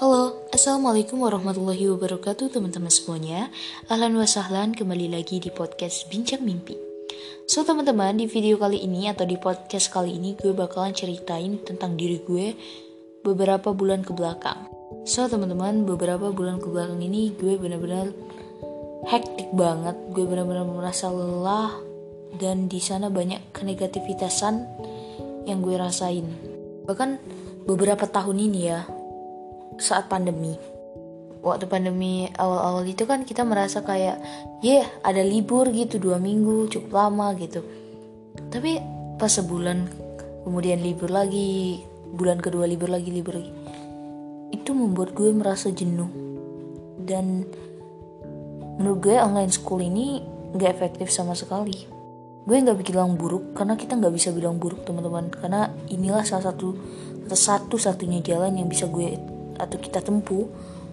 Halo, Assalamualaikum warahmatullahi wabarakatuh teman-teman semuanya. Ahlan wa sahlan, kembali lagi di podcast Bincang Mimpi. So teman-teman, di video kali ini atau di podcast kali ini gue bakalan ceritain tentang diri gue beberapa bulan ke belakang. So teman-teman, beberapa bulan ke belakang ini gue benar-benar hektik banget. Gue benar-benar merasa lelah dan di sana banyak kenegativitasan yang gue rasain. Bahkan beberapa tahun ini ya, saat pandemi, waktu pandemi awal-awal itu kan kita merasa kayak ada libur gitu 2 minggu cukup lama gitu. Tapi pas sebulan kemudian libur lagi, bulan kedua libur lagi, itu membuat gue merasa jenuh. Dan menurut gue online school ini gak efektif sama sekali. Gue gak bilang buruk, karena kita gak bisa bilang buruk teman-teman, karena inilah salah satu-satunya jalan yang bisa gue atau kita tempuh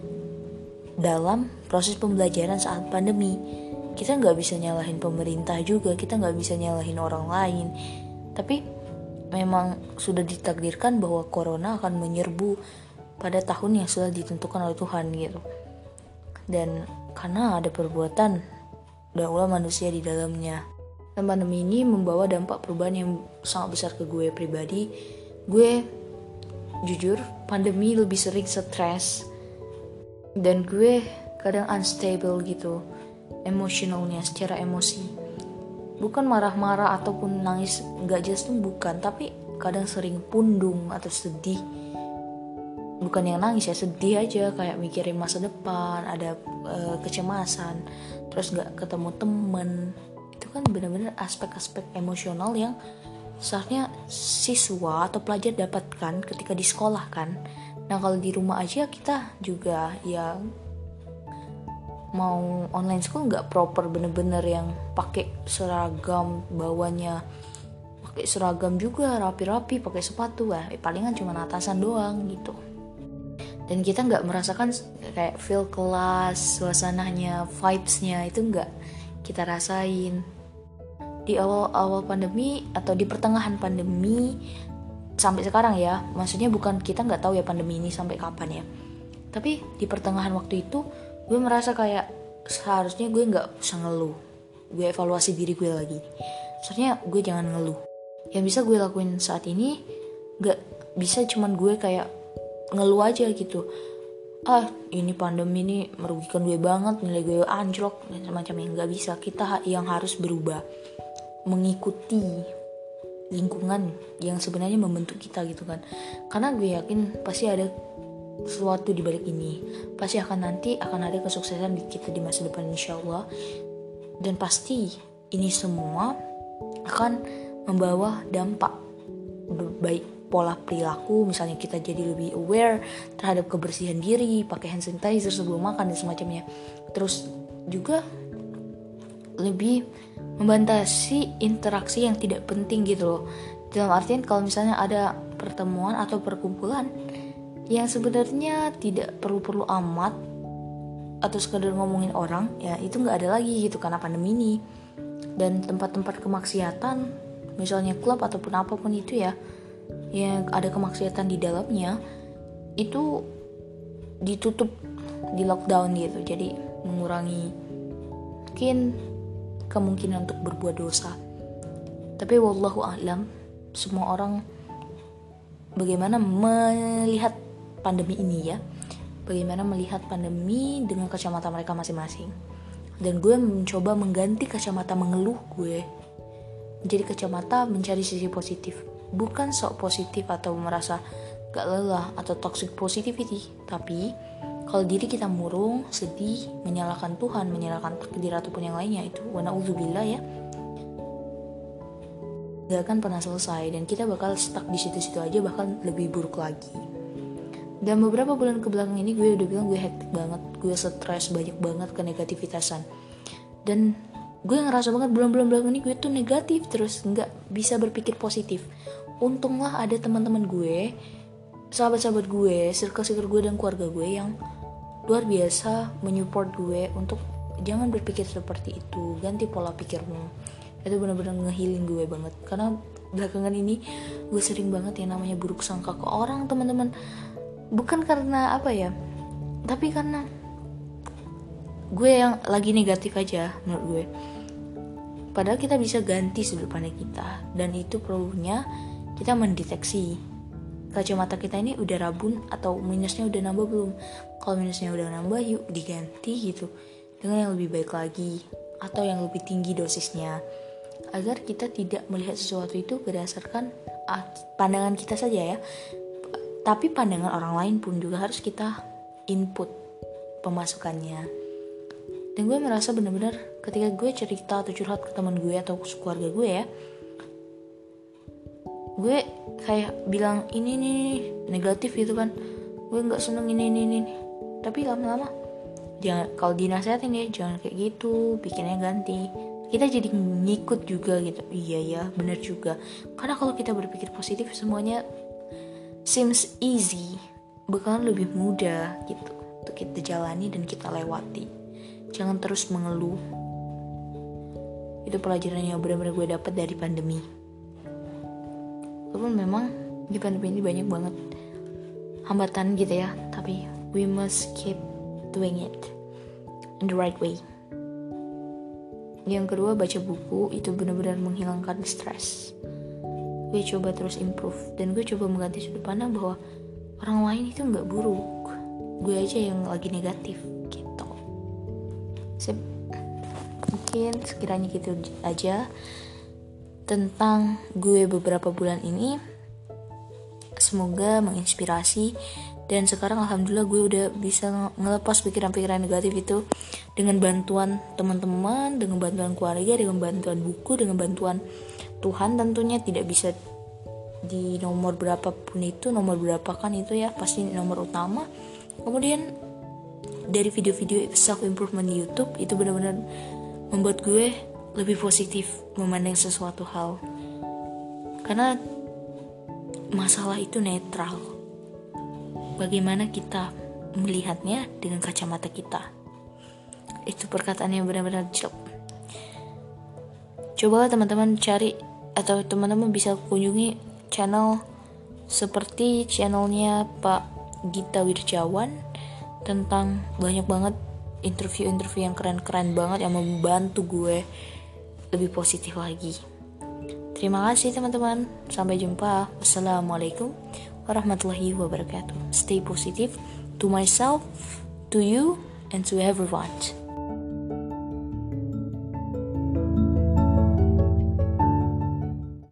dalam proses pembelajaran saat pandemi. Kita nggak bisa nyalahin pemerintah juga, kita nggak bisa nyalahin orang lain, tapi memang sudah ditakdirkan bahwa corona akan menyerbu pada tahun yang sudah ditentukan oleh Tuhan gitu. Dan karena ada perbuatan daulah manusia di dalamnya, dan pandemi ini membawa dampak perubahan yang sangat besar ke gue pribadi. Gue jujur, pandemi lebih sering stres dan gue kadang unstable gitu emosionalnya, secara emosi. Bukan marah-marah ataupun nangis gak jelas tuh bukan, tapi kadang sering pundung atau sedih. Bukan yang nangis ya, sedih aja, kayak mikirin masa depan, ada kecemasan, terus gak ketemu temen. Itu kan benar-benar aspek-aspek emosional yang seharusnya siswa atau pelajar dapatkan ketika di sekolah kan. Nah kalau di rumah aja kita juga ya mau online school nggak proper bener-bener yang pakai seragam, bawahnya pakai seragam juga rapi-rapi, pakai sepatu palingan cuma atasan doang gitu. Dan kita nggak merasakan kayak feel kelas, suasananya, vibesnya itu nggak kita rasain. Di awal pandemi atau di pertengahan pandemi sampai sekarang ya, maksudnya bukan kita nggak tahu ya pandemi ini sampai kapan ya, tapi di pertengahan waktu itu gue merasa kayak seharusnya gue nggak usah ngeluh. Gue evaluasi diri gue lagi, seharusnya gue jangan ngeluh. Yang bisa gue lakuin saat ini nggak bisa cuman gue kayak ngeluh aja gitu, ini pandemi ini merugikan gue banget, nilai gue anjlok dan semacamnya. Nggak bisa, kita yang harus berubah mengikuti lingkungan yang sebenarnya membentuk kita gitu kan. Karena gue yakin pasti ada sesuatu di balik ini, pasti akan ada kesuksesan di kita di masa depan insyaallah. Dan pasti ini semua akan membawa dampak baik pola perilaku, misalnya kita jadi lebih aware terhadap kebersihan diri, pakai hand sanitizer sebelum makan dan semacamnya. Terus juga lebih membatasi interaksi yang tidak penting gitu loh. Dalam artian kalau misalnya ada pertemuan atau perkumpulan yang sebenarnya tidak perlu amat atau sekadar ngomongin orang, ya itu gak ada lagi gitu karena pandemi ini. Dan tempat-tempat kemaksiatan, misalnya klub ataupun apapun itu ya, yang ada kemaksiatan di dalamnya, itu ditutup, di lockdown gitu. Jadi mengurangi mungkin kemungkinan untuk berbuat dosa. Tapi wallahu a'lam, semua orang bagaimana melihat pandemi ini ya, bagaimana melihat pandemi dengan kacamata mereka masing-masing. Dan gue mencoba mengganti kacamata mengeluh gue menjadi kacamata mencari sisi positif. Bukan sok positif atau merasa gak lelah atau toxic positivity, tapi kalau diri kita murung, sedih, menyalahkan Tuhan, menyalahkan takdir ataupun yang lainnya, itu wa na'udzubillah ya, gak akan pernah selesai dan kita bakal stuck di situ-situ aja, bahkan lebih buruk lagi. Dan beberapa bulan kebelakang ini gue udah bilang gue hektik banget, gue stres, banyak banget kenegativitasan. Dan gue ngerasa banget bulan-bulan belakang ini gue tuh negatif terus, gak bisa berpikir positif. Untunglah ada teman-teman gue, sahabat-sahabat gue, circle gue dan keluarga gue yang luar biasa menyupport gue untuk jangan berpikir seperti itu, ganti pola pikirmu. Itu benar-benar nge-healing gue banget. Karena belakangan ini gue sering banget yang namanya buruk sangka ke orang, teman-teman. bukan karena apa ya, tapi karena gue yang lagi negatif aja menurut gue. Padahal kita bisa ganti sudut pandang kita, dan itu perlunya kita mendeteksi kacamata kita ini udah rabun atau minusnya udah nambah belum. Kalau minusnya udah nambah, yuk diganti gitu dengan yang lebih baik lagi atau yang lebih tinggi dosisnya, agar kita tidak melihat sesuatu itu berdasarkan pandangan kita saja ya, tapi pandangan orang lain pun juga harus kita input pemasukannya. Dan gue merasa benar-benar ketika gue cerita atau curhat ke teman gue atau keluarga gue ya, gue kayak bilang ini nih negatif gitu kan, gue nggak seneng ini. Tapi lama-lama jangan, kalau dinasehatin ya jangan kayak gitu, bikinnya ganti. Kita jadi ngikut juga gitu. Iya ya, benar juga. Karena kalau kita berpikir positif, semuanya seems easy, bakalan lebih mudah gitu untuk kita jalani dan kita lewati. Jangan terus mengeluh. Itu pelajaran yang benar-benar gue dapat dari pandemi. Walaupun memang di pandemi ini banyak banget hambatan gitu ya, tapi we must keep doing it in the right way. Yang kedua, baca buku itu benar-benar menghilangkan stres. Gue coba terus improve, dan gue coba mengganti sudut pandang bahwa orang lain itu gak buruk, gue aja yang lagi negatif gitu. Mungkin sekiranya gitu aja tentang gue beberapa bulan ini. Semoga menginspirasi, dan sekarang alhamdulillah gue udah bisa ngelepas pikiran-pikiran negatif itu dengan bantuan teman-teman, dengan bantuan keluarga, dengan bantuan buku, dengan bantuan Tuhan tentunya. Tidak bisa di nomor berapapun itu, nomor berapa kan itu ya, pasti nomor utama. Kemudian dari video-video self improvement di YouTube itu benar-benar membuat gue lebih positif memandang sesuatu hal, karena masalah itu netral. Bagaimana kita melihatnya dengan kacamata kita, itu perkataan yang benar-benar jelek. Coba teman-teman cari, atau teman-teman bisa kunjungi channel seperti channelnya Pak Gita Wirjawan, tentang banyak banget interview-interview yang keren-keren banget yang membantu gue lebih positif lagi. Terima kasih teman-teman. Sampai jumpa. Wassalamualaikum warahmatullahi wabarakatuh. Stay positive to myself, to you, and to everyone.